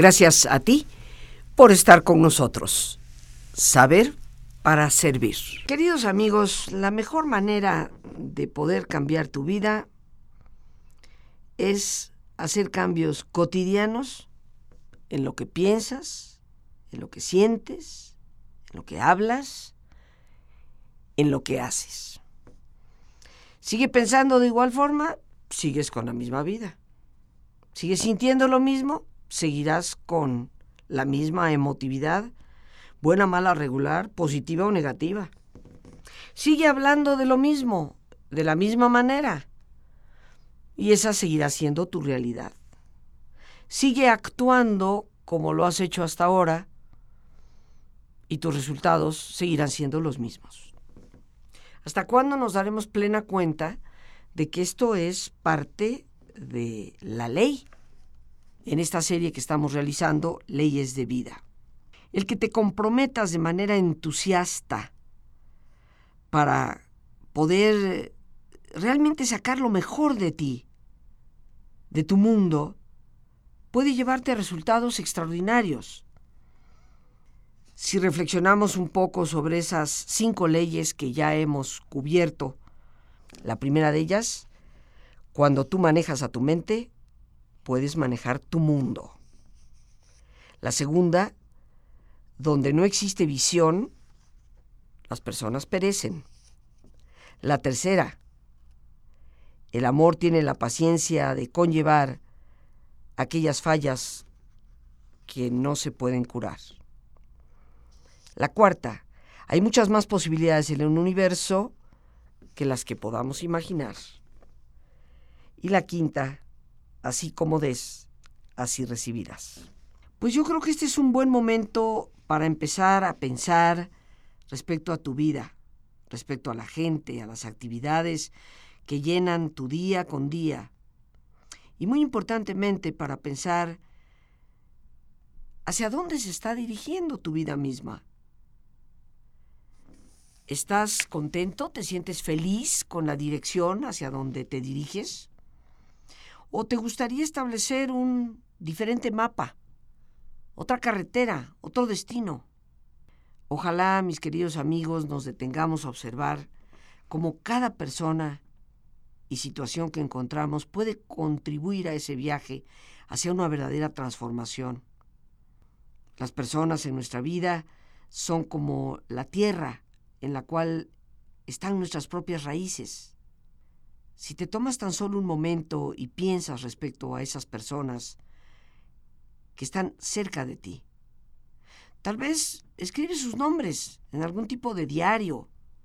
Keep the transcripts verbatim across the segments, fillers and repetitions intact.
Gracias a ti por estar con nosotros. Saber para servir. Queridos amigos, la mejor manera de poder cambiar tu vida es hacer cambios cotidianos en lo que piensas, en lo que sientes, en lo que hablas, en lo que haces. Sigue pensando de igual forma, sigues con la misma vida. Sigues sintiendo lo mismo, seguirás con la misma emotividad, buena, mala, regular, positiva o negativa. Sigue hablando de lo mismo, de la misma manera, y esa seguirá siendo tu realidad. Sigue actuando como lo has hecho hasta ahora, y tus resultados seguirán siendo los mismos. ¿Hasta cuándo nos daremos plena cuenta de que esto es parte de la ley? En esta serie que estamos realizando, Leyes de Vida. El que te comprometas de manera entusiasta para poder realmente sacar lo mejor de ti, de tu mundo, puede llevarte a resultados extraordinarios. Si reflexionamos un poco sobre esas cinco leyes que ya hemos cubierto, la primera de ellas, cuando tú manejas a tu mente, puedes manejar tu mundo. La segunda, donde no existe visión, las personas perecen. La tercera, el amor tiene la paciencia de conllevar aquellas fallas que no se pueden curar. La cuarta, hay muchas más posibilidades en el universo que las que podamos imaginar. Y la quinta, así como des, así recibirás. Pues yo creo que este es un buen momento para empezar a pensar respecto a tu vida, respecto a la gente, a las actividades que llenan tu día con día. Y muy importantemente para pensar hacia dónde se está dirigiendo tu vida misma. ¿Estás contento? ¿Te sientes feliz con la dirección hacia donde te diriges? ¿O te gustaría establecer un diferente mapa, otra carretera, otro destino? Ojalá, mis queridos amigos, nos detengamos a observar cómo cada persona y situación que encontramos puede contribuir a ese viaje hacia una verdadera transformación. Las personas en nuestra vida son como la tierra en la cual están nuestras propias raíces. Si te tomas tan solo un momento y piensas respecto a esas personas que están cerca de ti, tal vez escribe sus nombres en algún tipo de diario,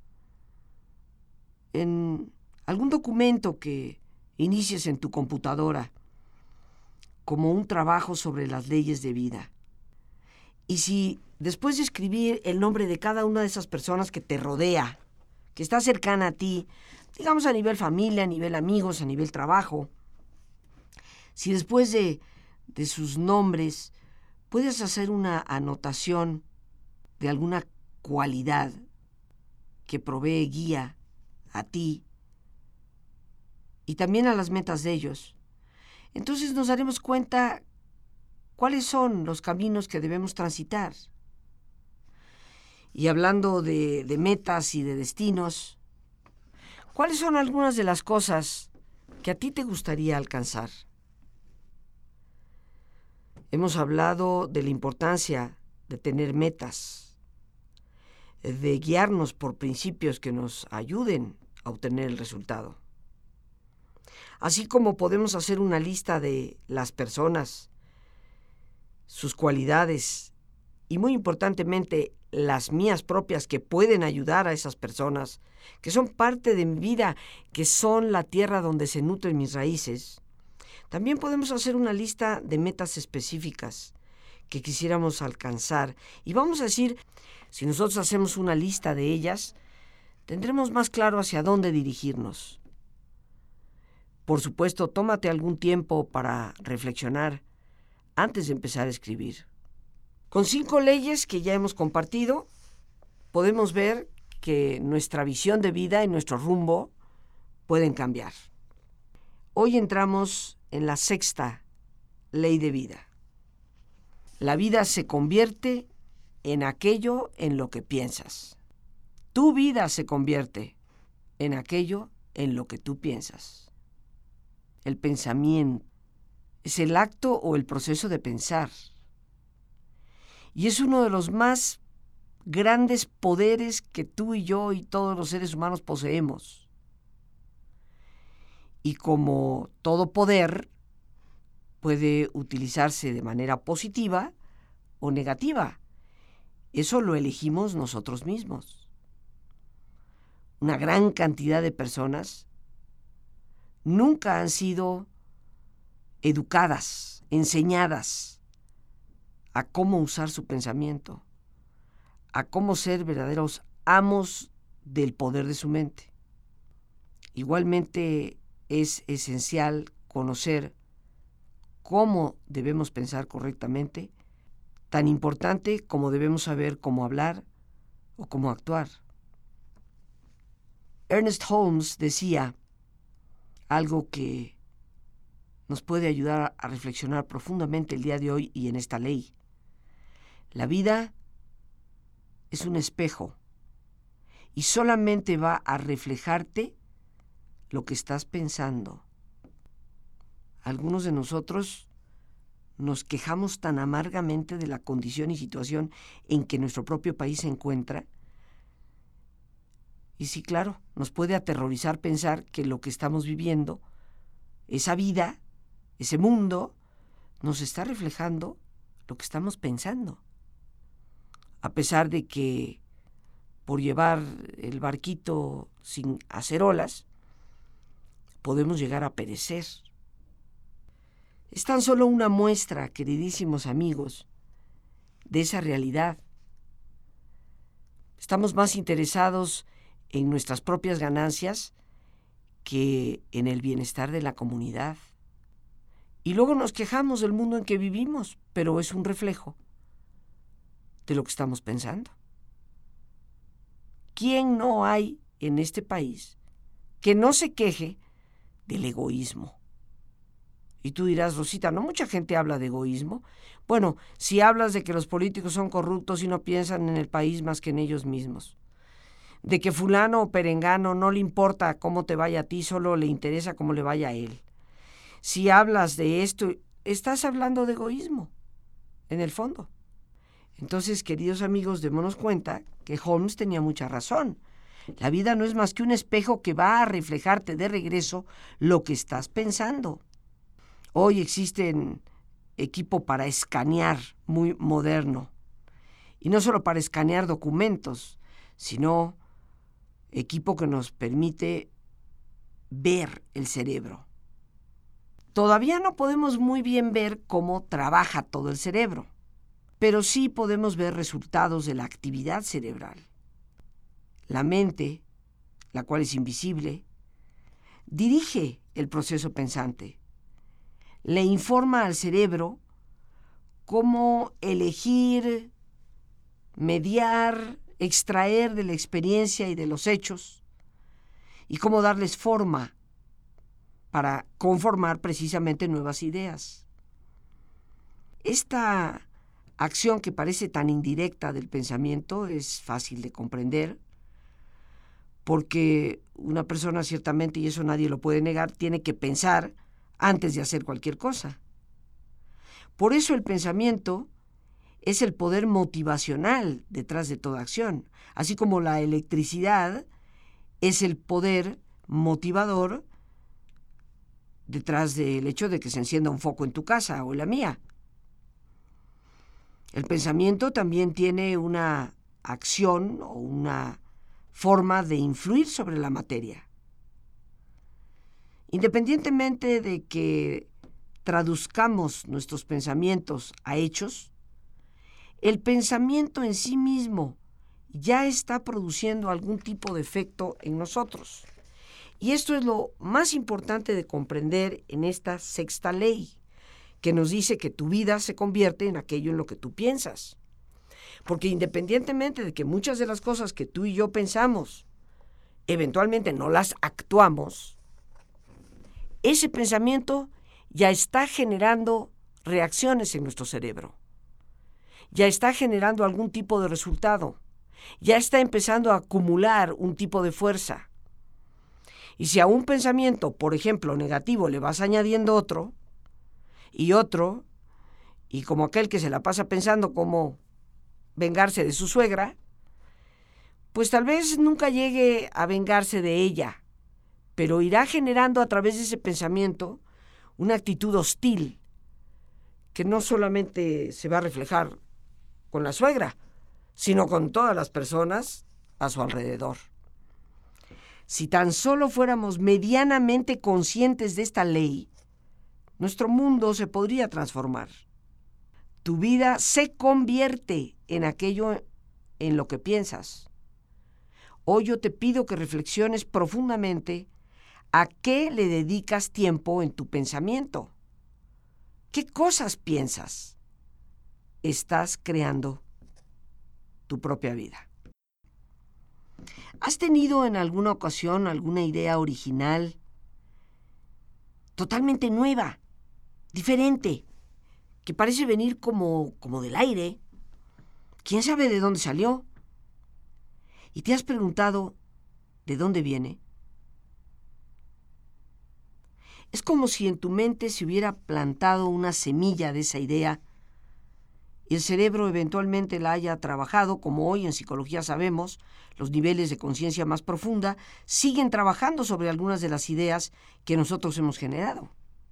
en algún documento que inicies en tu computadora, como un trabajo sobre las leyes de vida. Y si después de escribir el nombre de cada una de esas personas que te rodea, que está cercana a ti, digamos a nivel familia, a nivel amigos, a nivel trabajo, si después de, de sus nombres puedes hacer una anotación de alguna cualidad que provee guía a ti y también a las metas de ellos, entonces nos daremos cuenta cuáles son los caminos que debemos transitar. Y hablando de, de metas y de destinos, ¿cuáles son algunas de las cosas que a ti te gustaría alcanzar? Hemos hablado de la importancia de tener metas, de guiarnos por principios que nos ayuden a obtener el resultado. Así como podemos hacer una lista de las personas, sus cualidades y muy importantemente las mías propias que pueden ayudar a esas personas, que son parte de mi vida, que son la tierra donde se nutren mis raíces, también podemos hacer una lista de metas específicas que quisiéramos alcanzar. Y vamos a decir, si nosotros hacemos una lista de ellas, tendremos más claro hacia dónde dirigirnos. Por supuesto, tómate algún tiempo para reflexionar antes de empezar a escribir. Con cinco leyes que ya hemos compartido, podemos ver que nuestra visión de vida y nuestro rumbo pueden cambiar. Hoy entramos en la sexta ley de vida. La vida se convierte en aquello en lo que piensas. Tu vida se convierte en aquello en lo que tú piensas. El pensamiento es el acto o el proceso de pensar. Y es uno de los más grandes poderes que tú y yo y todos los seres humanos poseemos. Y como todo poder, puede utilizarse de manera positiva o negativa. Eso lo elegimos nosotros mismos. Una gran cantidad de personas nunca han sido educadas, enseñadas a cómo usar su pensamiento, a cómo ser verdaderos amos del poder de su mente. Igualmente es esencial conocer cómo debemos pensar correctamente, tan importante como debemos saber cómo hablar o cómo actuar. Ernest Holmes decía algo que nos puede ayudar a reflexionar profundamente el día de hoy y en esta ley. La vida es un espejo y solamente va a reflejarte lo que estás pensando. Algunos de nosotros nos quejamos tan amargamente de la condición y situación en que nuestro propio país se encuentra. Y sí, claro, nos puede aterrorizar pensar que lo que estamos viviendo, esa vida, ese mundo, nos está reflejando lo que estamos pensando. A pesar de que por llevar el barquito sin hacer olas, podemos llegar a perecer. Es tan solo una muestra, queridísimos amigos, de esa realidad. Estamos más interesados en nuestras propias ganancias que en el bienestar de la comunidad. Y luego nos quejamos del mundo en que vivimos, pero es un reflejo de lo que estamos pensando. ¿Quién no hay en este país que no se queje del egoísmo? Y tú dirás, Rosita, ¿no mucha gente habla de egoísmo? Bueno, si hablas de que los políticos son corruptos y no piensan en el país más que en ellos mismos, de que fulano o perengano no le importa cómo te vaya a ti, solo le interesa cómo le vaya a él. Si hablas de esto, estás hablando de egoísmo, en el fondo. Entonces, queridos amigos, démonos cuenta que Holmes tenía mucha razón. La vida no es más que un espejo que va a reflejarte de regreso lo que estás pensando. Hoy existen equipo para escanear muy moderno. Y no solo para escanear documentos, sino equipo que nos permite ver el cerebro. Todavía no podemos muy bien ver cómo trabaja todo el cerebro, pero sí podemos ver resultados de la actividad cerebral. La mente, la cual es invisible, dirige el proceso pensante. Le informa al cerebro cómo elegir, mediar, extraer de la experiencia y de los hechos y cómo darles forma para conformar precisamente nuevas ideas. Esta acción que parece tan indirecta del pensamiento es fácil de comprender porque una persona ciertamente, y eso nadie lo puede negar, tiene que pensar antes de hacer cualquier cosa. Por eso el pensamiento es el poder motivacional detrás de toda acción, así como la electricidad es el poder motivador detrás del hecho de que se encienda un foco en tu casa o en la mía. El pensamiento también tiene una acción o una forma de influir sobre la materia. Independientemente de que traduzcamos nuestros pensamientos a hechos, el pensamiento en sí mismo ya está produciendo algún tipo de efecto en nosotros. Y esto es lo más importante de comprender en esta sexta ley, que nos dice que tu vida se convierte en aquello en lo que tú piensas. Porque independientemente de que muchas de las cosas que tú y yo pensamos, eventualmente no las actuamos, ese pensamiento ya está generando reacciones en nuestro cerebro. ya está generando algún tipo de resultado, ya está empezando a acumular un tipo de fuerza. Y si a un pensamiento, por ejemplo, negativo, le vas añadiendo otro, y otro, y como aquel que se la pasa pensando cómo vengarse de su suegra, pues tal vez nunca llegue a vengarse de ella, pero irá generando a través de ese pensamiento una actitud hostil que no solamente se va a reflejar con la suegra, sino con todas las personas a su alrededor. Si tan solo fuéramos medianamente conscientes de esta ley, nuestro mundo se podría transformar. Tu vida se convierte en aquello en lo que piensas. Hoy yo te pido que reflexiones profundamente a qué le dedicas tiempo en tu pensamiento. ¿Qué cosas piensas? Estás creando tu propia vida. ¿Has tenido en alguna ocasión alguna idea original, totalmente nueva, diferente, que parece venir como, como del aire? ¿Quién sabe de dónde salió? ¿Y te has preguntado de dónde viene? Es como si en tu mente se hubiera plantado una semilla de esa idea y el cerebro eventualmente la haya trabajado, como hoy en psicología sabemos, los niveles de conciencia más profunda siguen trabajando sobre algunas de las ideas que nosotros hemos generado.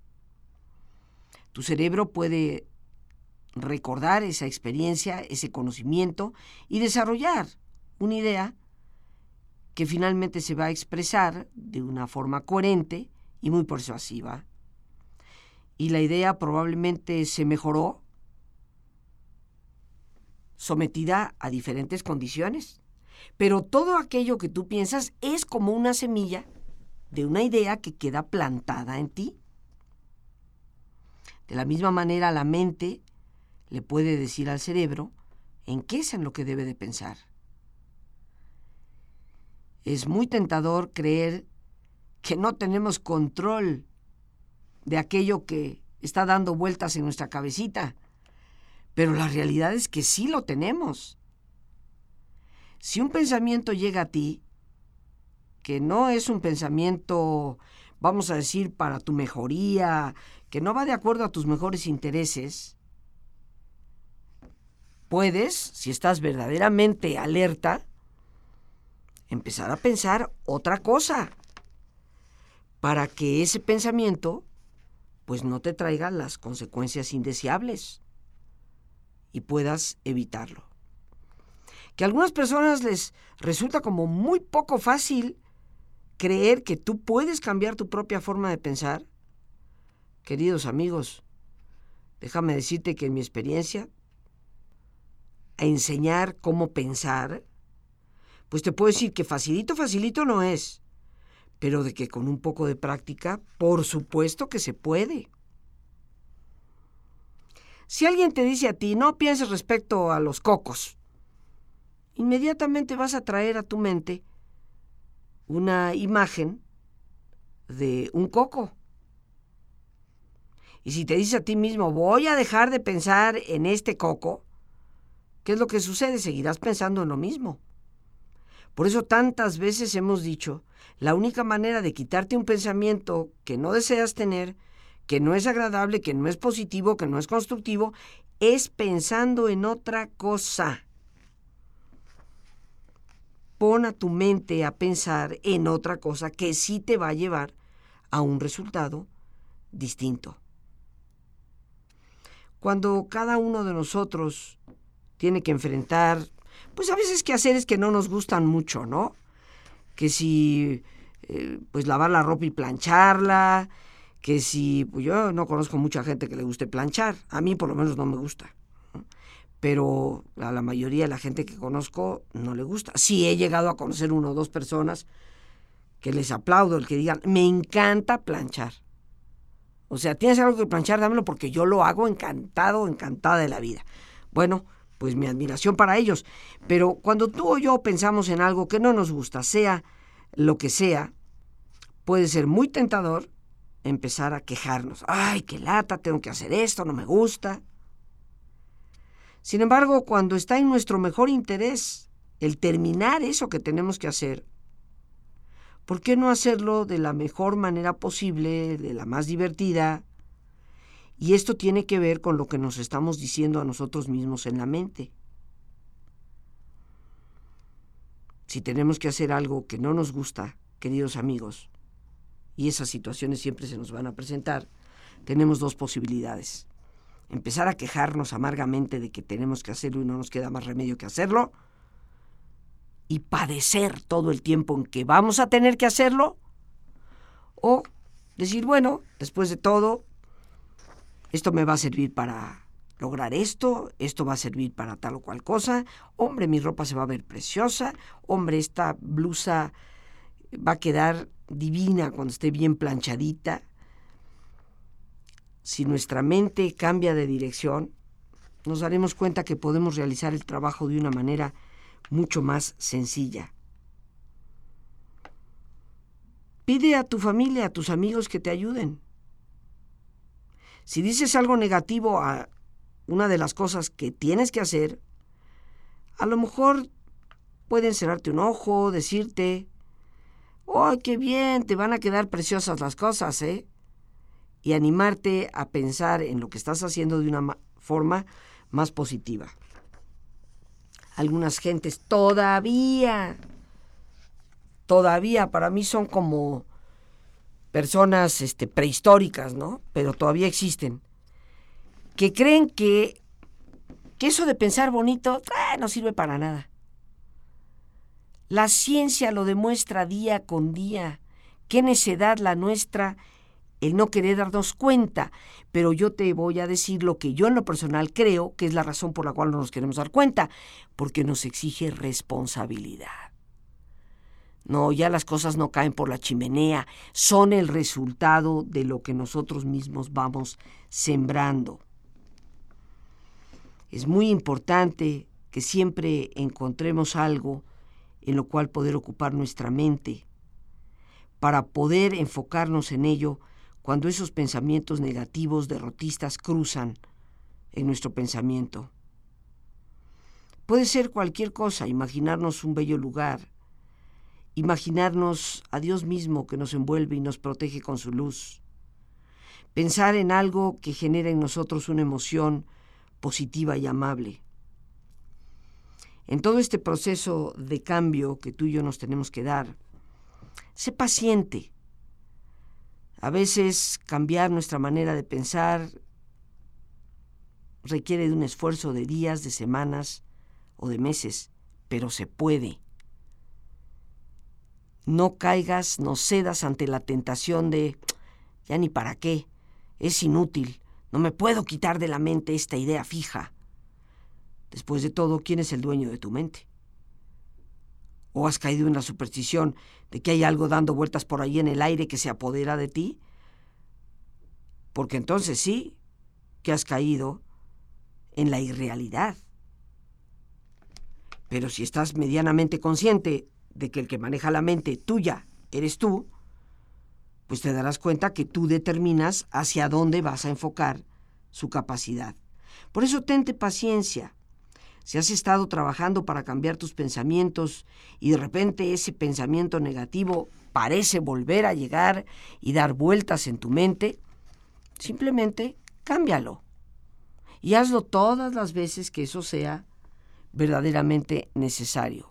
Tu cerebro puede recordar esa experiencia, ese conocimiento y desarrollar una idea que finalmente se va a expresar de una forma coherente y muy persuasiva. Y la idea probablemente se mejoró sometida a diferentes condiciones. Pero todo aquello que tú piensas es como una semilla de una idea que queda plantada en ti. De la misma manera, la mente le puede decir al cerebro en qué es en lo que debe de pensar. Es muy tentador creer que no tenemos control de aquello que está dando vueltas en nuestra cabecita, pero la realidad es que sí lo tenemos. Si un pensamiento llega a ti, que no es un pensamiento, vamos a decir, para tu mejoría, que no va de acuerdo a tus mejores intereses, puedes, si estás verdaderamente alerta, empezar a pensar otra cosa, para que ese pensamiento pues no te traiga las consecuencias indeseables y puedas evitarlo. Que a algunas personas les resulta como muy poco fácil creer que tú puedes cambiar tu propia forma de pensar. Queridos amigos, déjame decirte que en mi experiencia, a enseñar cómo pensar, pues te puedo decir que facilito, facilito no es, pero de que con un poco de práctica, por supuesto que se puede. Si alguien te dice a ti, no pienses respecto a los cocos, inmediatamente vas a traer a tu mente una imagen de un coco. Y si te dices a ti mismo, voy a dejar de pensar en este coco, ¿qué es lo que sucede? Seguirás pensando en lo mismo. Por eso tantas veces hemos dicho, la única manera de quitarte un pensamiento que no deseas tener, que no es agradable, que no es positivo, que no es constructivo, es pensando en otra cosa. Pon a tu mente a pensar en otra cosa que sí te va a llevar a un resultado distinto. Cuando cada uno de nosotros tiene que enfrentar, pues a veces quehaceres que no nos gustan mucho, ¿no? Que si, eh, pues lavar la ropa y plancharla, que si, pues yo no conozco mucha gente que le guste planchar, a mí por lo menos no me gusta, ¿no? Pero a la mayoría de la gente que conozco no le gusta. Sí he llegado a conocer una o dos personas que les aplaudo, el que digan, me encanta planchar. O sea, tienes algo que planchar, dámelo porque yo lo hago encantado, encantada de la vida. Bueno, pues mi admiración para ellos. Pero cuando tú o yo pensamos en algo que no nos gusta, sea lo que sea, puede ser muy tentador empezar a quejarnos. Ay, qué lata, tengo que hacer esto, no me gusta. Sin embargo, cuando está en nuestro mejor interés el terminar eso que tenemos que hacer, ¿por qué no hacerlo de la mejor manera posible, de la más divertida? Y esto tiene que ver con lo que nos estamos diciendo a nosotros mismos en la mente. Si tenemos que hacer algo que no nos gusta, queridos amigos, y esas situaciones siempre se nos van a presentar, tenemos dos posibilidades. Empezar a quejarnos amargamente de que tenemos que hacerlo y no nos queda más remedio que hacerlo, y padecer todo el tiempo en que vamos a tener que hacerlo, o decir, bueno, después de todo, esto me va a servir para lograr esto, esto va a servir para tal o cual cosa, hombre, mi ropa se va a ver preciosa, hombre, esta blusa va a quedar divina cuando esté bien planchadita. Si nuestra mente cambia de dirección, nos daremos cuenta que podemos realizar el trabajo de una manera mucho más sencilla. Pide a tu familia, a tus amigos que te ayuden. Si dices algo negativo a una de las cosas que tienes que hacer, a lo mejor pueden cerrarte un ojo, decirte, ¡oh, qué bien! Te van a quedar preciosas las cosas, ¿eh? Y animarte a pensar en lo que estás haciendo de una ma- forma más positiva. Algunas gentes todavía, todavía para mí son como personas este, prehistóricas, ¿no? Pero todavía existen, que creen que, que eso de pensar bonito eh, no sirve para nada. La ciencia lo demuestra día con día. Qué necedad la nuestra el no querer darnos cuenta, pero yo te voy a decir lo que yo en lo personal creo que es la razón por la cual no nos queremos dar cuenta, porque nos exige responsabilidad. No, ya las cosas no caen por la chimenea, son el resultado de lo que nosotros mismos vamos sembrando. Es muy importante que siempre encontremos algo en lo cual poder ocupar nuestra mente, para poder enfocarnos en ello cuando esos pensamientos negativos, derrotistas, cruzan en nuestro pensamiento. Puede ser cualquier cosa, imaginarnos un bello lugar, imaginarnos a Dios mismo que nos envuelve y nos protege con su luz, pensar en algo que genera en nosotros una emoción positiva y amable. En todo este proceso de cambio que tú y yo nos tenemos que dar, sé paciente. A veces cambiar nuestra manera de pensar requiere de un esfuerzo de días, de semanas o de meses, pero se puede. No caigas, no cedas ante la tentación de, ya ni para qué, es inútil, no me puedo quitar de la mente esta idea fija. Después de todo, ¿quién es el dueño de tu mente? ¿O has caído en la superstición de que hay algo dando vueltas por ahí en el aire que se apodera de ti? Porque entonces sí que has caído en la irrealidad. Pero si estás medianamente consciente de que el que maneja la mente tuya eres tú, pues te darás cuenta que tú determinas hacia dónde vas a enfocar su capacidad. Por eso tente paciencia. Si has estado trabajando para cambiar tus pensamientos y de repente ese pensamiento negativo parece volver a llegar y dar vueltas en tu mente, simplemente cámbialo. Y hazlo todas las veces que eso sea verdaderamente necesario.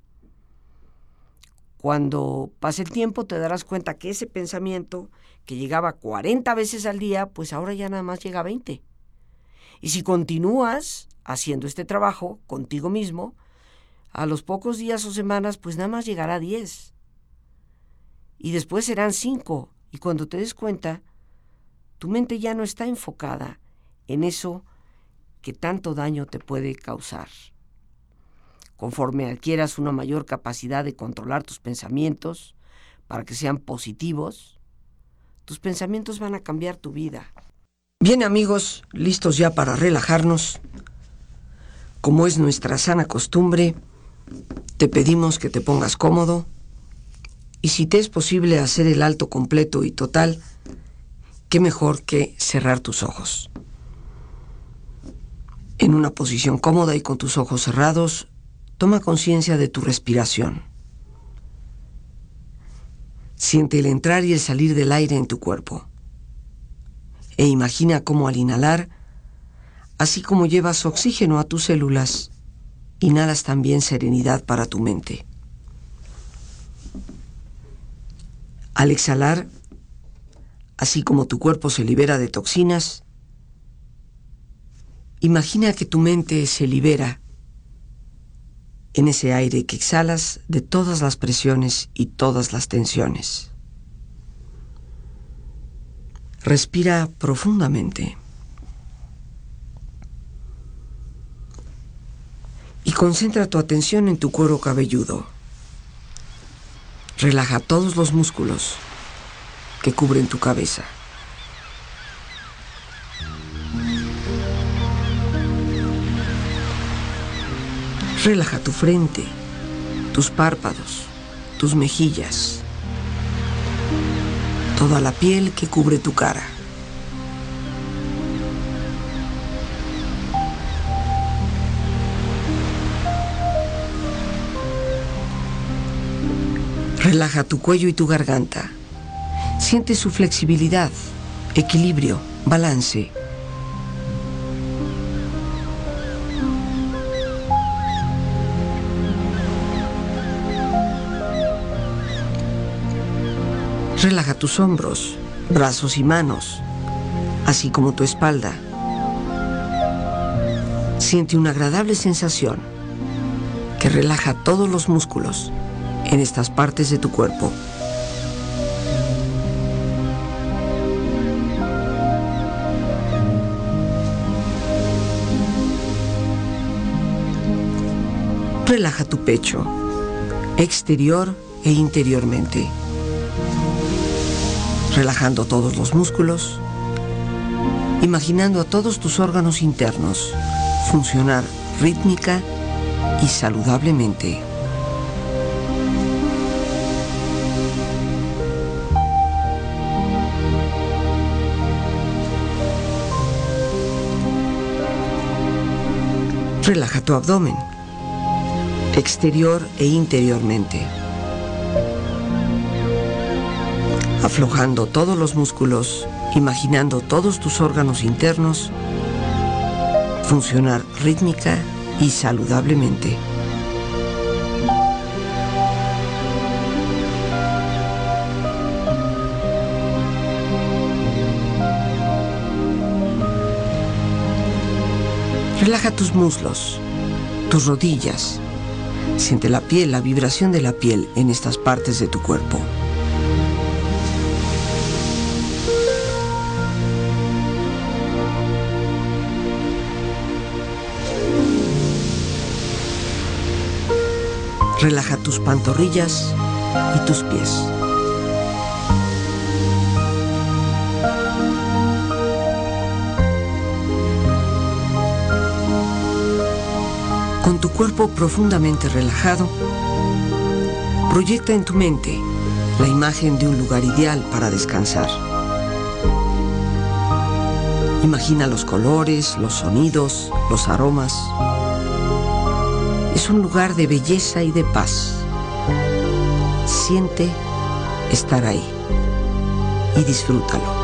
Cuando pase el tiempo te darás cuenta que ese pensamiento que llegaba cuarenta veces al día, pues ahora ya nada más llega a veinte. Y si continúas haciendo este trabajo contigo mismo, a los pocos días o semanas, pues nada más llegará a diez. Y después serán cinco. Y cuando te des cuenta, tu mente ya no está enfocada en eso que tanto daño te puede causar. Conforme adquieras una mayor capacidad de controlar tus pensamientos para que sean positivos, tus pensamientos van a cambiar tu vida. Bien, amigos, listos ya para relajarnos. Como es nuestra sana costumbre, te pedimos que te pongas cómodo y si te es posible hacer el alto completo y total, qué mejor que cerrar tus ojos. En una posición cómoda y con tus ojos cerrados, toma conciencia de tu respiración. Siente el entrar y el salir del aire en tu cuerpo. E imagina cómo al inhalar, así como llevas oxígeno a tus células, inhalas también serenidad para tu mente. Al exhalar, así como tu cuerpo se libera de toxinas, imagina que tu mente se libera en ese aire que exhalas de todas las presiones y todas las tensiones. Respira profundamente y concentra tu atención en tu cuero cabelludo. Relaja todos los músculos que cubren tu cabeza. Relaja tu frente, tus párpados, tus mejillas, toda la piel que cubre tu cara. Relaja tu cuello y tu garganta. Siente su flexibilidad, equilibrio, balance. Relaja tus hombros, brazos y manos, así como tu espalda. Siente una agradable sensación que relaja todos los músculos en estas partes de tu cuerpo. Relaja tu pecho, exterior e interiormente, relajando todos los músculos, imaginando a todos tus órganos internos funcionar rítmica y saludablemente. Relaja tu abdomen, exterior e interiormente, aflojando todos los músculos, imaginando todos tus órganos internos funcionar rítmica y saludablemente. Relaja tus muslos, tus rodillas. Siente la piel, la vibración de la piel en estas partes de tu cuerpo. Relaja tus pantorrillas y tus pies. Con tu cuerpo profundamente relajado, proyecta en tu mente la imagen de un lugar ideal para descansar. Imagina los colores, los sonidos, los aromas. Es un lugar de belleza y de paz. Siente estar ahí y disfrútalo.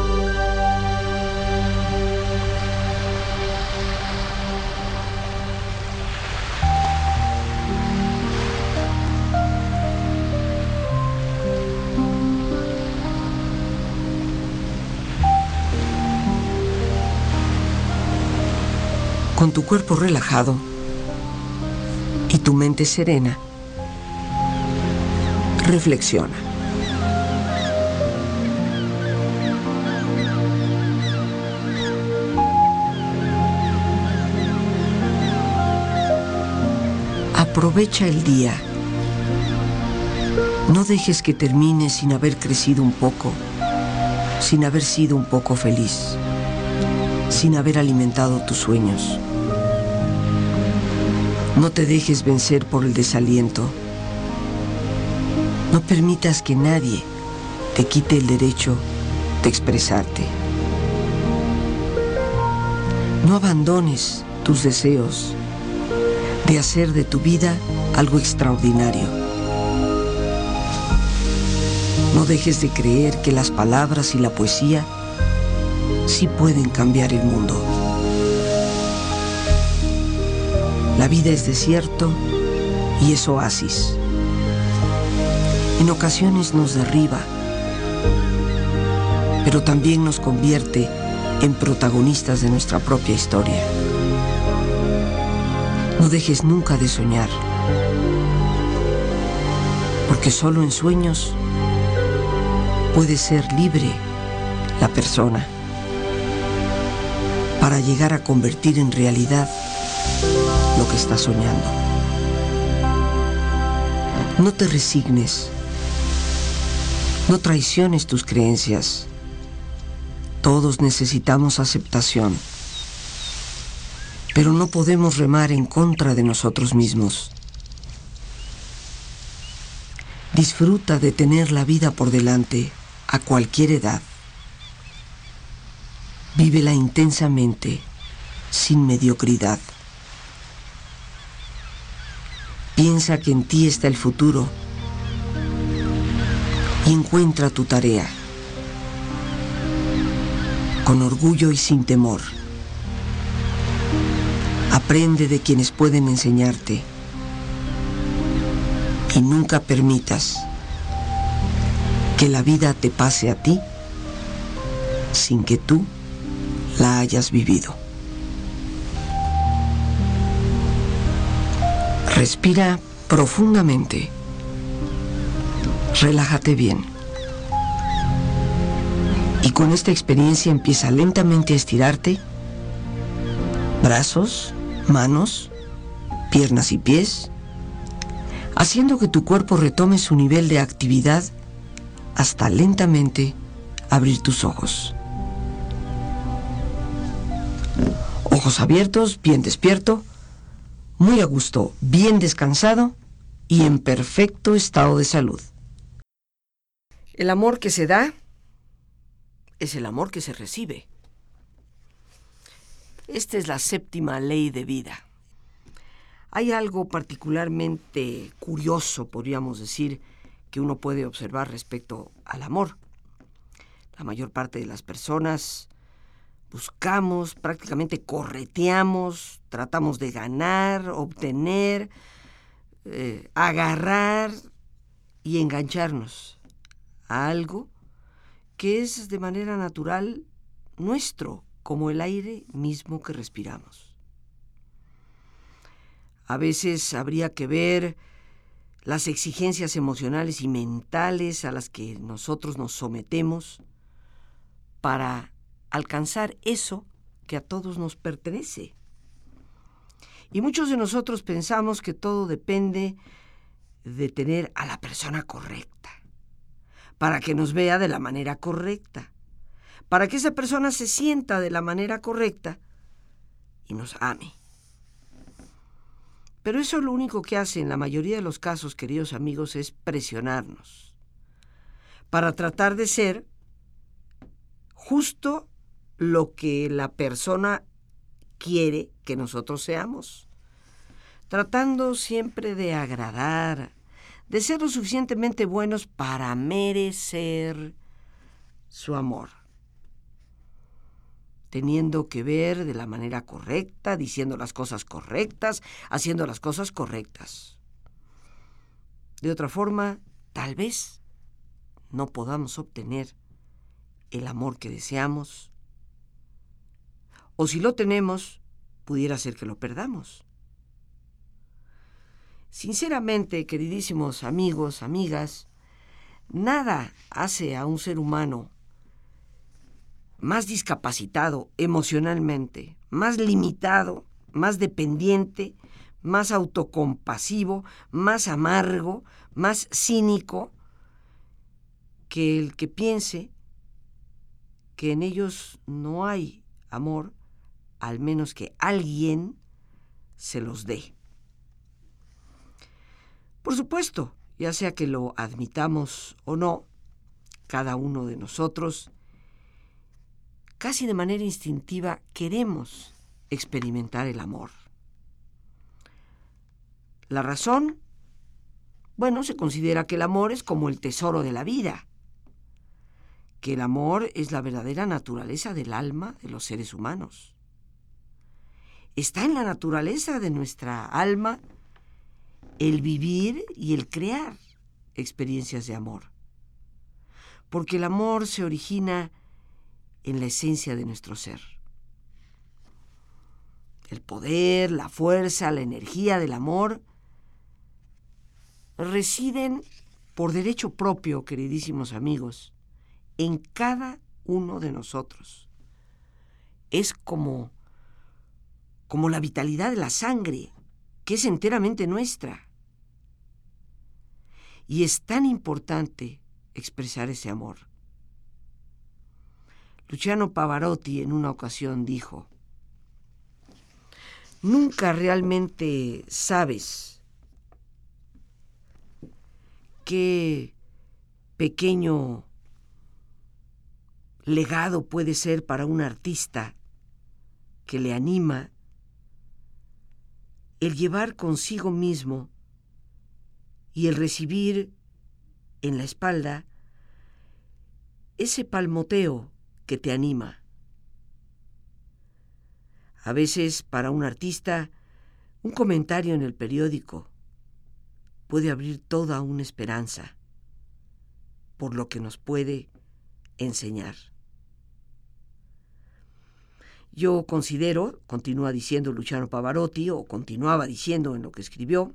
Con tu cuerpo relajado y tu mente serena, reflexiona. Aprovecha el día. No dejes que termine sin haber crecido un poco, sin haber sido un poco feliz, sin haber alimentado tus sueños. No te dejes vencer por el desaliento. No permitas que nadie te quite el derecho de expresarte. No abandones tus deseos de hacer de tu vida algo extraordinario. No dejes de creer que las palabras y la poesía sí pueden cambiar el mundo. La vida es desierto y es oasis. En ocasiones nos derriba, pero también nos convierte en protagonistas de nuestra propia historia. No dejes nunca de soñar, porque solo en sueños puede ser libre la persona para llegar a convertir en realidad lo que está soñando. No te resignes, no traiciones tus creencias. Todos necesitamos aceptación, pero no podemos remar en contra de nosotros mismos. Disfruta de tener la vida por delante a cualquier edad. Vívela intensamente, sin mediocridad. Piensa que en ti está el futuro y encuentra tu tarea. Con orgullo y sin temor. Aprende de quienes pueden enseñarte y nunca permitas que la vida te pase a ti sin que tú la hayas vivido. Respira profundamente. Relájate bien. Y con esta experiencia empieza lentamente a estirarte. Brazos, manos, piernas y pies, haciendo que tu cuerpo retome su nivel de actividad hasta lentamente abrir tus ojos. Ojos abiertos, bien despierto, muy a gusto, bien descansado y en perfecto estado de salud. El amor que se da es el amor que se recibe. Esta es la séptima ley de vida. Hay algo particularmente curioso, podríamos decir, que uno puede observar respecto al amor. La mayor parte de las personas buscamos, prácticamente correteamos, tratamos de ganar, obtener, eh, agarrar y engancharnos a algo que es de manera natural nuestro, como el aire mismo que respiramos. A veces habría que ver las exigencias emocionales y mentales a las que nosotros nos sometemos para alcanzar eso que a todos nos pertenece. Y muchos de nosotros pensamos que todo depende de tener a la persona correcta, para que nos vea de la manera correcta, para que esa persona se sienta de la manera correcta y nos ame. Pero eso lo único que hace en la mayoría de los casos, queridos amigos, es presionarnos para tratar de ser justo lo que la persona quiere que nosotros seamos, tratando siempre de agradar, de ser lo suficientemente buenos para merecer su amor, teniendo que ver de la manera correcta, diciendo las cosas correctas, haciendo las cosas correctas. De otra forma, tal vez no podamos obtener el amor que deseamos, o si lo tenemos, pudiera ser que lo perdamos. Sinceramente, queridísimos amigos, amigas, nada hace a un ser humano más discapacitado emocionalmente, más limitado, más dependiente, más autocompasivo, más amargo, más cínico, que el que piense que en ellos no hay amor, al menos que alguien se los dé. Por supuesto, ya sea que lo admitamos o no, cada uno de nosotros, casi de manera instintiva, queremos experimentar el amor. La razón, bueno, se considera que el amor es como el tesoro de la vida, que el amor es la verdadera naturaleza del alma de los seres humanos. Está en la naturaleza de nuestra alma el vivir y el crear experiencias de amor, porque el amor se origina en la esencia de nuestro ser. El poder, la fuerza, la energía del amor residen por derecho propio, queridísimos amigos, en cada uno de nosotros. Es como, como la vitalidad de la sangre, que es enteramente nuestra. Y es tan importante expresar ese amor. Luciano Pavarotti en una ocasión dijo: nunca realmente sabes qué pequeño legado puede ser para un artista que le anima el llevar consigo mismo y el recibir en la espalda ese palmoteo que te anima. A veces, para un artista, un comentario en el periódico puede abrir toda una esperanza por lo que nos puede enseñar. Yo considero, continúa diciendo Luciano Pavarotti, o continuaba diciendo en lo que escribió,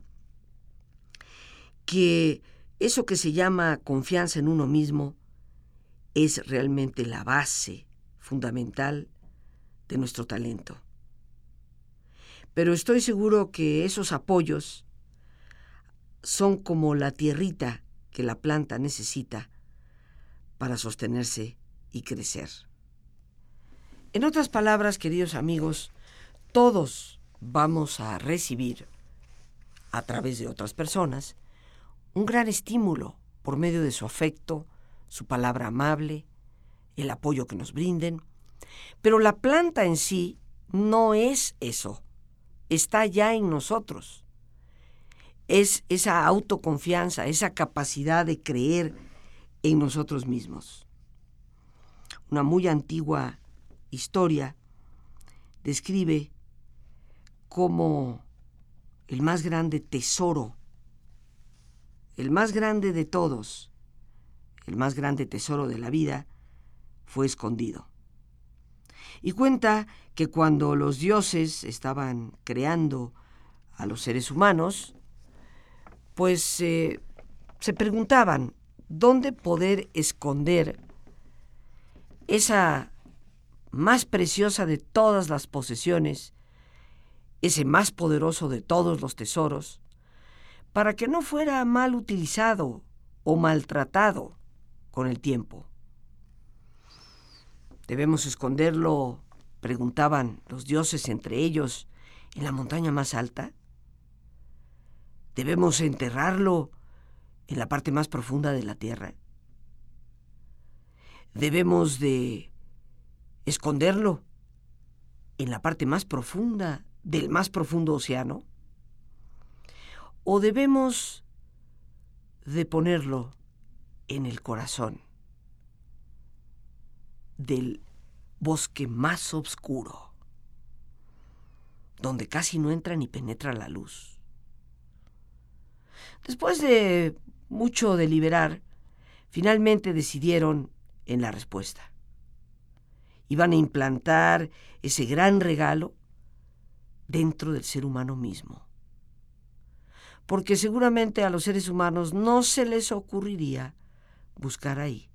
que eso que se llama confianza en uno mismo es realmente la base fundamental de nuestro talento. Pero estoy seguro que esos apoyos son como la tierrita que la planta necesita para sostenerse y crecer. En otras palabras, queridos amigos, todos vamos a recibir, a través de otras personas, un gran estímulo por medio de su afecto, su palabra amable, el apoyo que nos brinden. Pero la planta en sí no es eso, está ya en nosotros. Es esa autoconfianza, esa capacidad de creer en nosotros mismos. Una muy antigua historia describe cómo el más grande tesoro, el más grande de todos, el más grande tesoro de la vida, fue escondido. Y cuenta que cuando los dioses estaban creando a los seres humanos, pues eh, se preguntaban dónde poder esconder esa más preciosa de todas las posesiones, ese más poderoso de todos los tesoros, para que no fuera mal utilizado o maltratado con el tiempo. ¿Debemos esconderlo?, preguntaban los dioses entre ellos, ¿en la montaña más alta? ¿Debemos enterrarlo en la parte más profunda de la tierra? ¿Debemos de esconderlo en la parte más profunda del más profundo océano? ¿O debemos de ponerlo en el corazón del bosque más oscuro, donde casi no entra ni penetra la luz? Después de mucho deliberar, finalmente decidieron en la respuesta. Iban a implantar ese gran regalo dentro del ser humano mismo, porque seguramente a los seres humanos no se les ocurriría buscar ahí.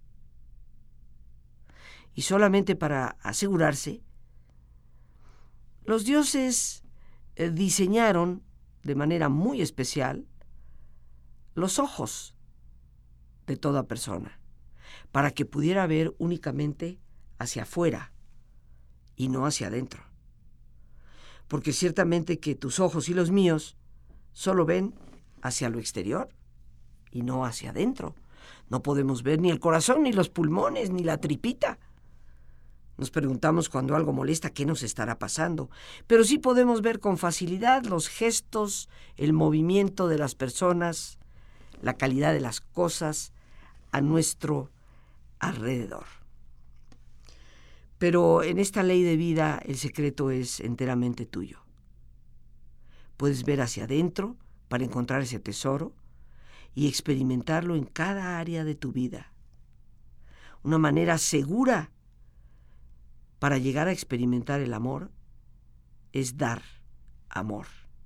Y solamente para asegurarse, los dioses eh, diseñaron de manera muy especial los ojos de toda persona, para que pudiera ver únicamente hacia afuera y no hacia adentro. Porque ciertamente que tus ojos y los míos solo ven hacia lo exterior y no hacia adentro. No podemos ver ni el corazón, ni los pulmones, ni la tripita. Nos preguntamos cuando algo molesta qué nos estará pasando, pero sí podemos ver con facilidad los gestos, el movimiento de las personas, la calidad de las cosas a nuestro alrededor. Pero en esta ley de vida el secreto es enteramente tuyo. Puedes ver hacia adentro para encontrar ese tesoro y experimentarlo en cada área de tu vida. Una manera segura para llegar a experimentar el amor es dar amor.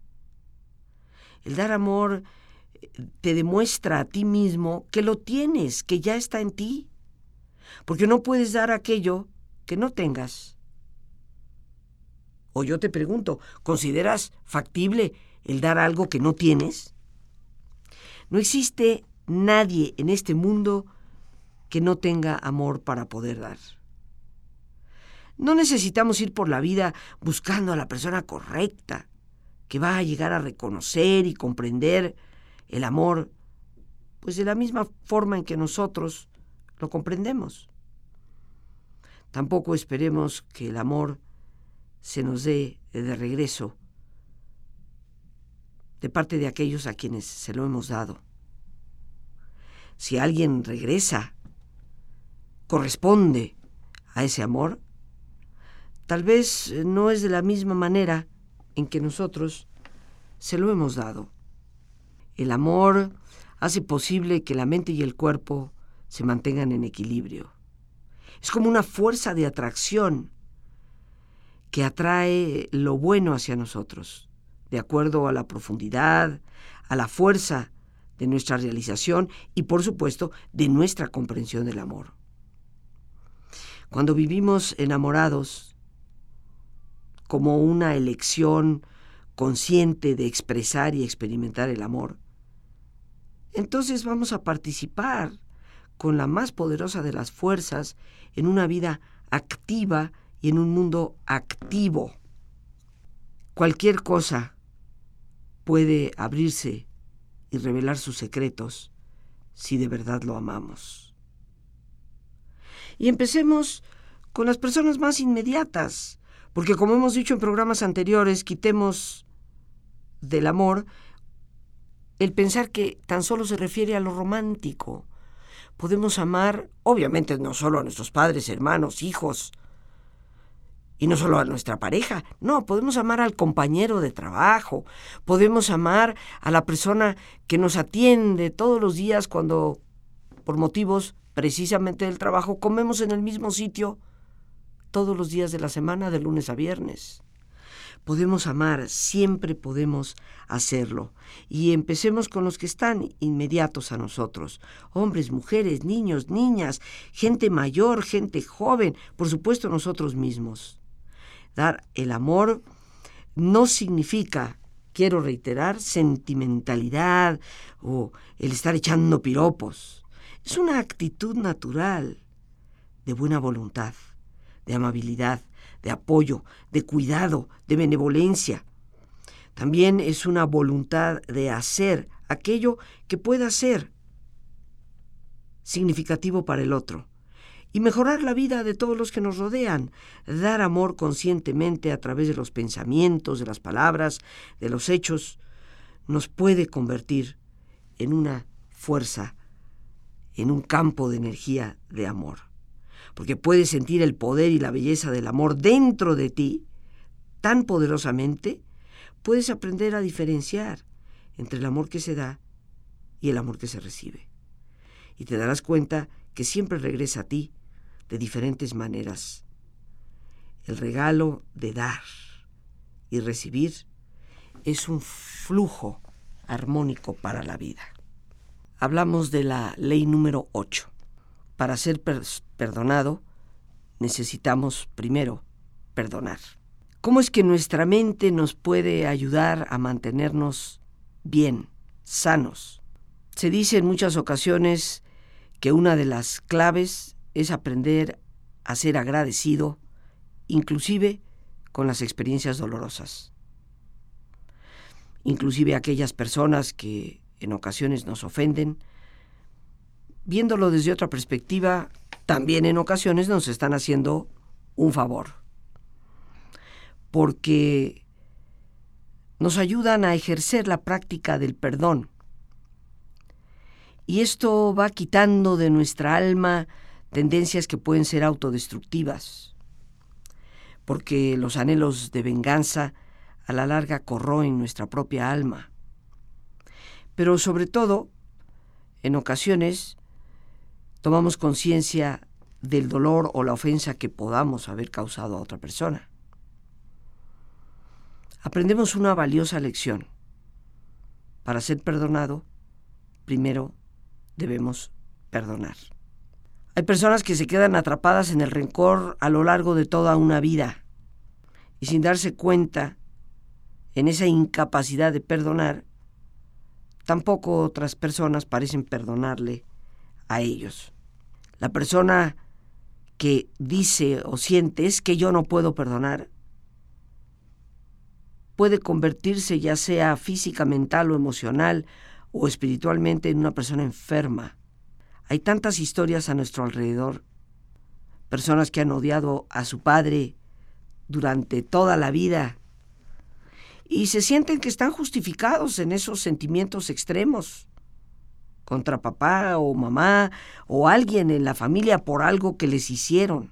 El dar amor te demuestra a ti mismo que lo tienes, que ya está en ti, porque no puedes dar aquello que no tengas. O yo te pregunto, ¿consideras factible el dar algo que no tienes? No existe nadie en este mundo que no tenga amor para poder dar. No necesitamos ir por la vida buscando a la persona correcta, que va a llegar a reconocer y comprender el amor, pues de la misma forma en que nosotros lo comprendemos. Tampoco esperemos que el amor se nos dé de regreso de parte de aquellos a quienes se lo hemos dado. Si alguien regresa, corresponde a ese amor, tal vez no es de la misma manera en que nosotros se lo hemos dado. El amor hace posible que la mente y el cuerpo se mantengan en equilibrio. Es como una fuerza de atracción que atrae lo bueno hacia nosotros, de acuerdo a la profundidad, a la fuerza de nuestra realización y, por supuesto, de nuestra comprensión del amor. Cuando vivimos enamorados, como una elección consciente de expresar y experimentar el amor, entonces vamos a participar con la más poderosa de las fuerzas en una vida activa y en un mundo activo. Cualquier cosa puede abrirse y revelar sus secretos si de verdad lo amamos. Y empecemos con las personas más inmediatas, porque como hemos dicho en programas anteriores, quitemos del amor el pensar que tan solo se refiere a lo romántico. Podemos amar, obviamente, no solo a nuestros padres, hermanos, hijos, y no solo a nuestra pareja. No, podemos amar al compañero de trabajo, podemos amar a la persona que nos atiende todos los días cuando, por motivos precisamente del trabajo, comemos en el mismo sitio todos los días de la semana, de lunes a viernes. Podemos amar, siempre podemos hacerlo. Y empecemos con los que están inmediatos a nosotros. Hombres, mujeres, niños, niñas, gente mayor, gente joven, por supuesto nosotros mismos. Dar el amor no significa, quiero reiterar, sentimentalidad o el estar echando piropos. Es una actitud natural de buena voluntad, de amabilidad, de apoyo, de cuidado, de benevolencia. También es una voluntad de hacer aquello que pueda ser significativo para el otro y mejorar la vida de todos los que nos rodean. Dar amor conscientemente a través de los pensamientos, de las palabras, de los hechos, nos puede convertir en una fuerza, en un campo de energía de amor. Porque puedes sentir el poder y la belleza del amor dentro de ti tan poderosamente, puedes aprender a diferenciar entre el amor que se da y el amor que se recibe. Y te darás cuenta que siempre regresa a ti de diferentes maneras. El regalo de dar y recibir es un flujo armónico para la vida. Hablamos de la ley número ocho. Para ser per- perdonado, necesitamos primero perdonar. ¿Cómo es que nuestra mente nos puede ayudar a mantenernos bien, sanos? Se dice en muchas ocasiones que una de las claves es aprender a ser agradecido, inclusive con las experiencias dolorosas. Inclusive aquellas personas que en ocasiones nos ofenden, viéndolo desde otra perspectiva, también en ocasiones nos están haciendo un favor, porque nos ayudan a ejercer la práctica del perdón. Y esto va quitando de nuestra alma tendencias que pueden ser autodestructivas, porque los anhelos de venganza a la larga corroen nuestra propia alma. Pero sobre todo, en ocasiones, tomamos conciencia del dolor o la ofensa que podamos haber causado a otra persona. Aprendemos una valiosa lección. Para ser perdonado, primero debemos perdonar. Hay personas que se quedan atrapadas en el rencor a lo largo de toda una vida y sin darse cuenta, en esa incapacidad de perdonar, tampoco otras personas parecen perdonarle a ellos. La persona que dice o siente es que yo no puedo perdonar, puede convertirse ya sea física, mental o emocional o espiritualmente en una persona enferma. Hay tantas historias a nuestro alrededor, personas que han odiado a su padre durante toda la vida y se sienten que están justificados en esos sentimientos extremos contra papá o mamá o alguien en la familia por algo que les hicieron.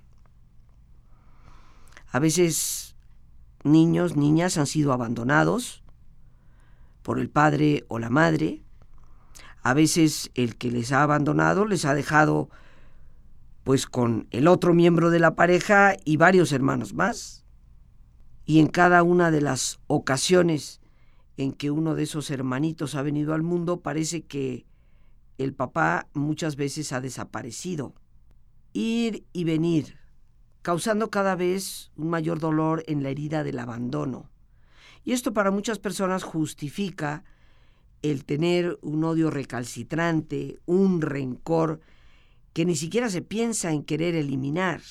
A veces niños, niñas han sido abandonados por el padre o la madre. A veces el que les ha abandonado les ha dejado pues con el otro miembro de la pareja y varios hermanos más. Y en cada una de las ocasiones en que uno de esos hermanitos ha venido al mundo, parece que el papá muchas veces ha desaparecido. Ir y venir, causando cada vez un mayor dolor en la herida del abandono. Y esto para muchas personas justifica el tener un odio recalcitrante, un rencor que ni siquiera se piensa en querer eliminar.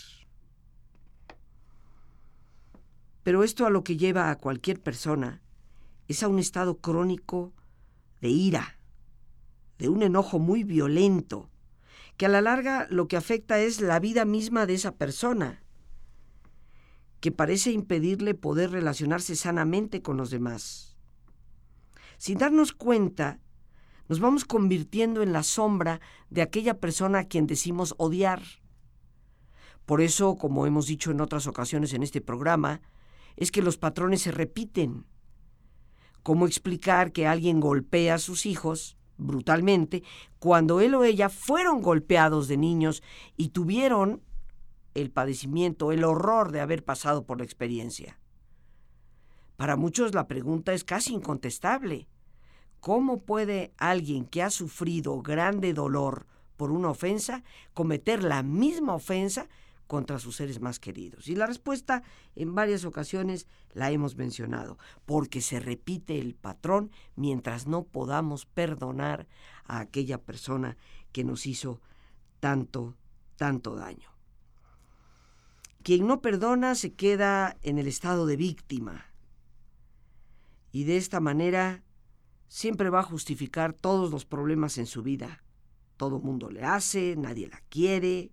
Pero esto a lo que lleva a cualquier persona es a un estado crónico de ira, de un enojo muy violento, que a la larga lo que afecta es la vida misma de esa persona, que parece impedirle poder relacionarse sanamente con los demás. Sin darnos cuenta, nos vamos convirtiendo en la sombra de aquella persona a quien decimos odiar. Por eso, como hemos dicho en otras ocasiones en este programa, es que los patrones se repiten. ¿Cómo explicar que alguien golpea a sus hijos brutalmente cuando él o ella fueron golpeados de niños y tuvieron el padecimiento, el horror de haber pasado por la experiencia? Para muchos la pregunta es casi incontestable. ¿Cómo puede alguien que ha sufrido grande dolor por una ofensa cometer la misma ofensa contra sus seres más queridos? Y la respuesta en varias ocasiones la hemos mencionado, porque se repite el patrón mientras no podamos perdonar a aquella persona que nos hizo tanto, tanto daño. Quien no perdona se queda en el estado de víctima y de esta manera siempre va a justificar todos los problemas en su vida. Todo mundo le hace, nadie la quiere.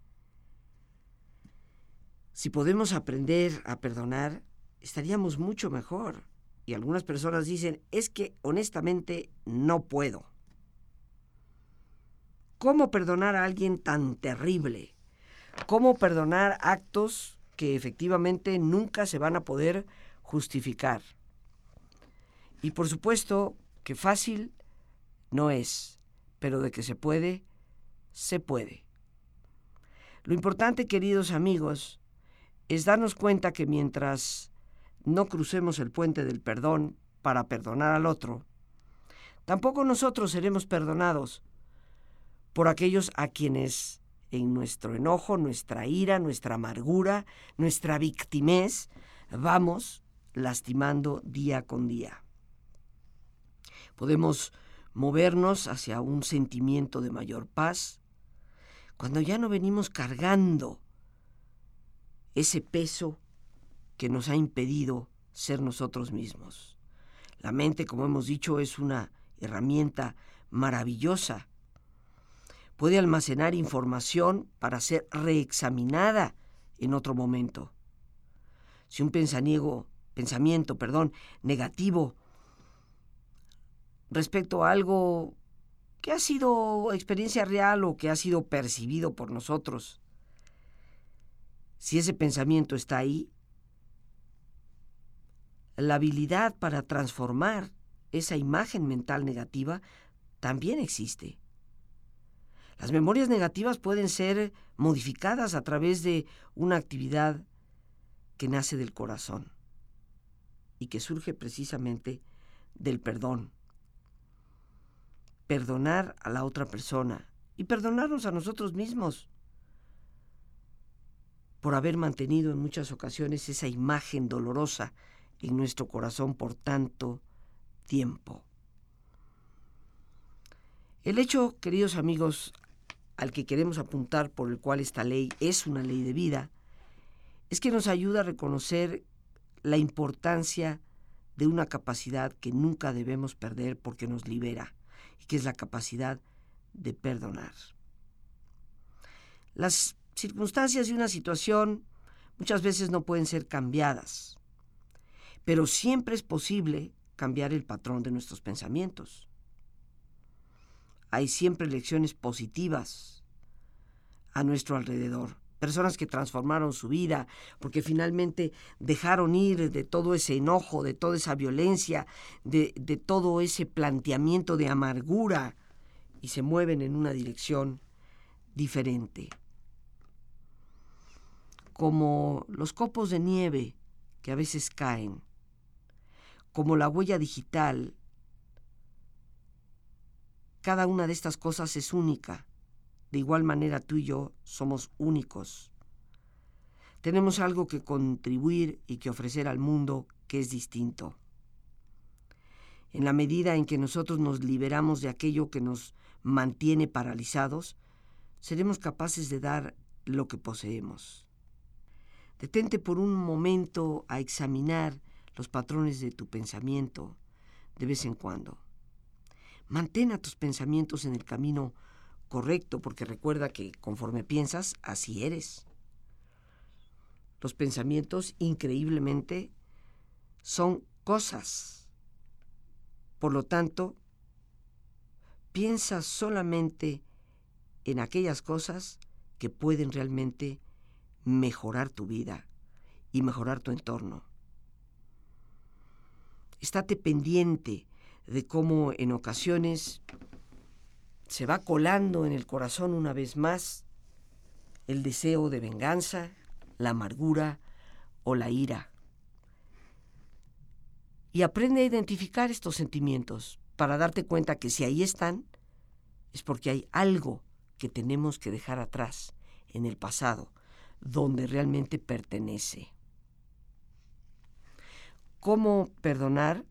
Si podemos aprender a perdonar, estaríamos mucho mejor. Y algunas personas dicen, es que honestamente no puedo. ¿Cómo perdonar a alguien tan terrible? ¿Cómo perdonar actos que efectivamente nunca se van a poder justificar? Y por supuesto que fácil no es, pero de que se puede, se puede. Lo importante, queridos amigos, es darnos cuenta que mientras no crucemos el puente del perdón para perdonar al otro, tampoco nosotros seremos perdonados por aquellos a quienes en nuestro enojo, nuestra ira, nuestra amargura, nuestra victimez, vamos lastimando día con día. Podemos movernos hacia un sentimiento de mayor paz cuando ya no venimos cargando ese peso que nos ha impedido ser nosotros mismos. La mente, como hemos dicho, es una herramienta maravillosa. Puede almacenar información para ser reexaminada en otro momento. Si un pensamiento, pensamiento, perdón, negativo respecto a algo que ha sido experiencia real o que ha sido percibido por nosotros, si ese pensamiento está ahí, la habilidad para transformar esa imagen mental negativa también existe. Las memorias negativas pueden ser modificadas a través de una actividad que nace del corazón y que surge precisamente del perdón. Perdonar a la otra persona y perdonarnos a nosotros mismos por haber mantenido en muchas ocasiones esa imagen dolorosa en nuestro corazón por tanto tiempo. El hecho, queridos amigos, al que queremos apuntar, por el cual esta ley es una ley de vida, es que nos ayuda a reconocer la importancia de una capacidad que nunca debemos perder porque nos libera, y que es la capacidad de perdonar. Las circunstancias de una situación muchas veces no pueden ser cambiadas, pero siempre es posible cambiar el patrón de nuestros pensamientos. Hay siempre lecciones positivas a nuestro alrededor, personas que transformaron su vida porque finalmente dejaron ir de todo ese enojo, de toda esa violencia, de, de todo ese planteamiento de amargura y se mueven en una dirección diferente. Como los copos de nieve que a veces caen, como la huella digital, cada una de estas cosas es única. De igual manera tú y yo somos únicos. Tenemos algo que contribuir y que ofrecer al mundo que es distinto. En la medida en que nosotros nos liberamos de aquello que nos mantiene paralizados, seremos capaces de dar lo que poseemos. Detente por un momento a examinar los patrones de tu pensamiento de vez en cuando. Mantén a tus pensamientos en el camino correcto, porque recuerda que conforme piensas, así eres. Los pensamientos, increíblemente, son cosas. Por lo tanto, piensa solamente en aquellas cosas que pueden realmente mejorar tu vida y mejorar tu entorno. Estate pendiente de cómo en ocasiones se va colando en el corazón una vez más el deseo de venganza, la amargura o la ira. Y aprende a identificar estos sentimientos para darte cuenta que si ahí están, es porque hay algo que tenemos que dejar atrás en el pasado, donde realmente pertenece. ¿Cómo perdonar?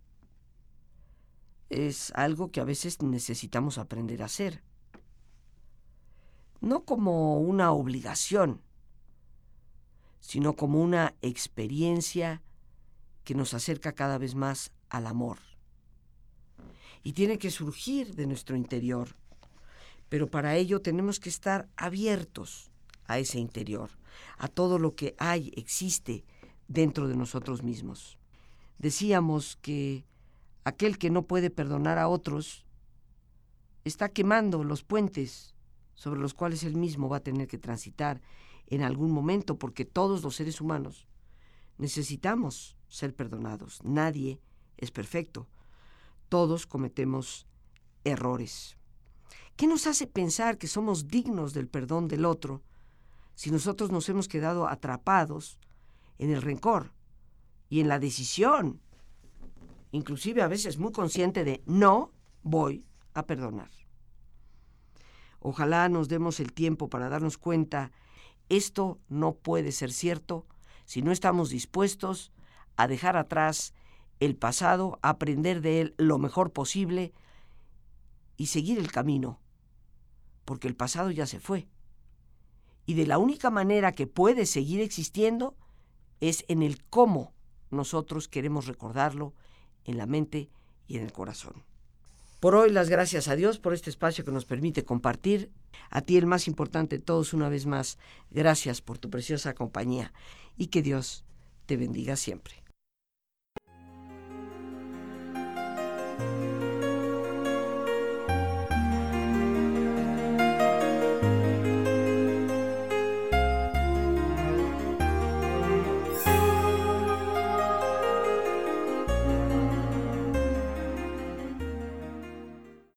Es algo que a veces necesitamos aprender a hacer. No como una obligación, sino como una experiencia que nos acerca cada vez más al amor. Y tiene que surgir de nuestro interior, pero para ello tenemos que estar abiertos a ese interior, a todo lo que hay, existe dentro de nosotros mismos. Decíamos que aquel que no puede perdonar a otros está quemando los puentes sobre los cuales él mismo va a tener que transitar en algún momento, porque todos los seres humanos necesitamos ser perdonados. Nadie es perfecto. Todos cometemos errores. ¿Qué nos hace pensar que somos dignos del perdón del otro si nosotros nos hemos quedado atrapados en el rencor y en la decisión, inclusive a veces muy consciente, de no voy a perdonar? Ojalá nos demos el tiempo para darnos cuenta, esto no puede ser cierto si no estamos dispuestos a dejar atrás el pasado, a aprender de él lo mejor posible y seguir el camino, porque el pasado ya se fue. Y de la única manera que puede seguir existiendo es en el cómo nosotros queremos recordarlo en la mente y en el corazón. Por hoy, las gracias a Dios por este espacio que nos permite compartir. A ti, el más importante de todos, una vez más, gracias por tu preciosa compañía y que Dios te bendiga siempre.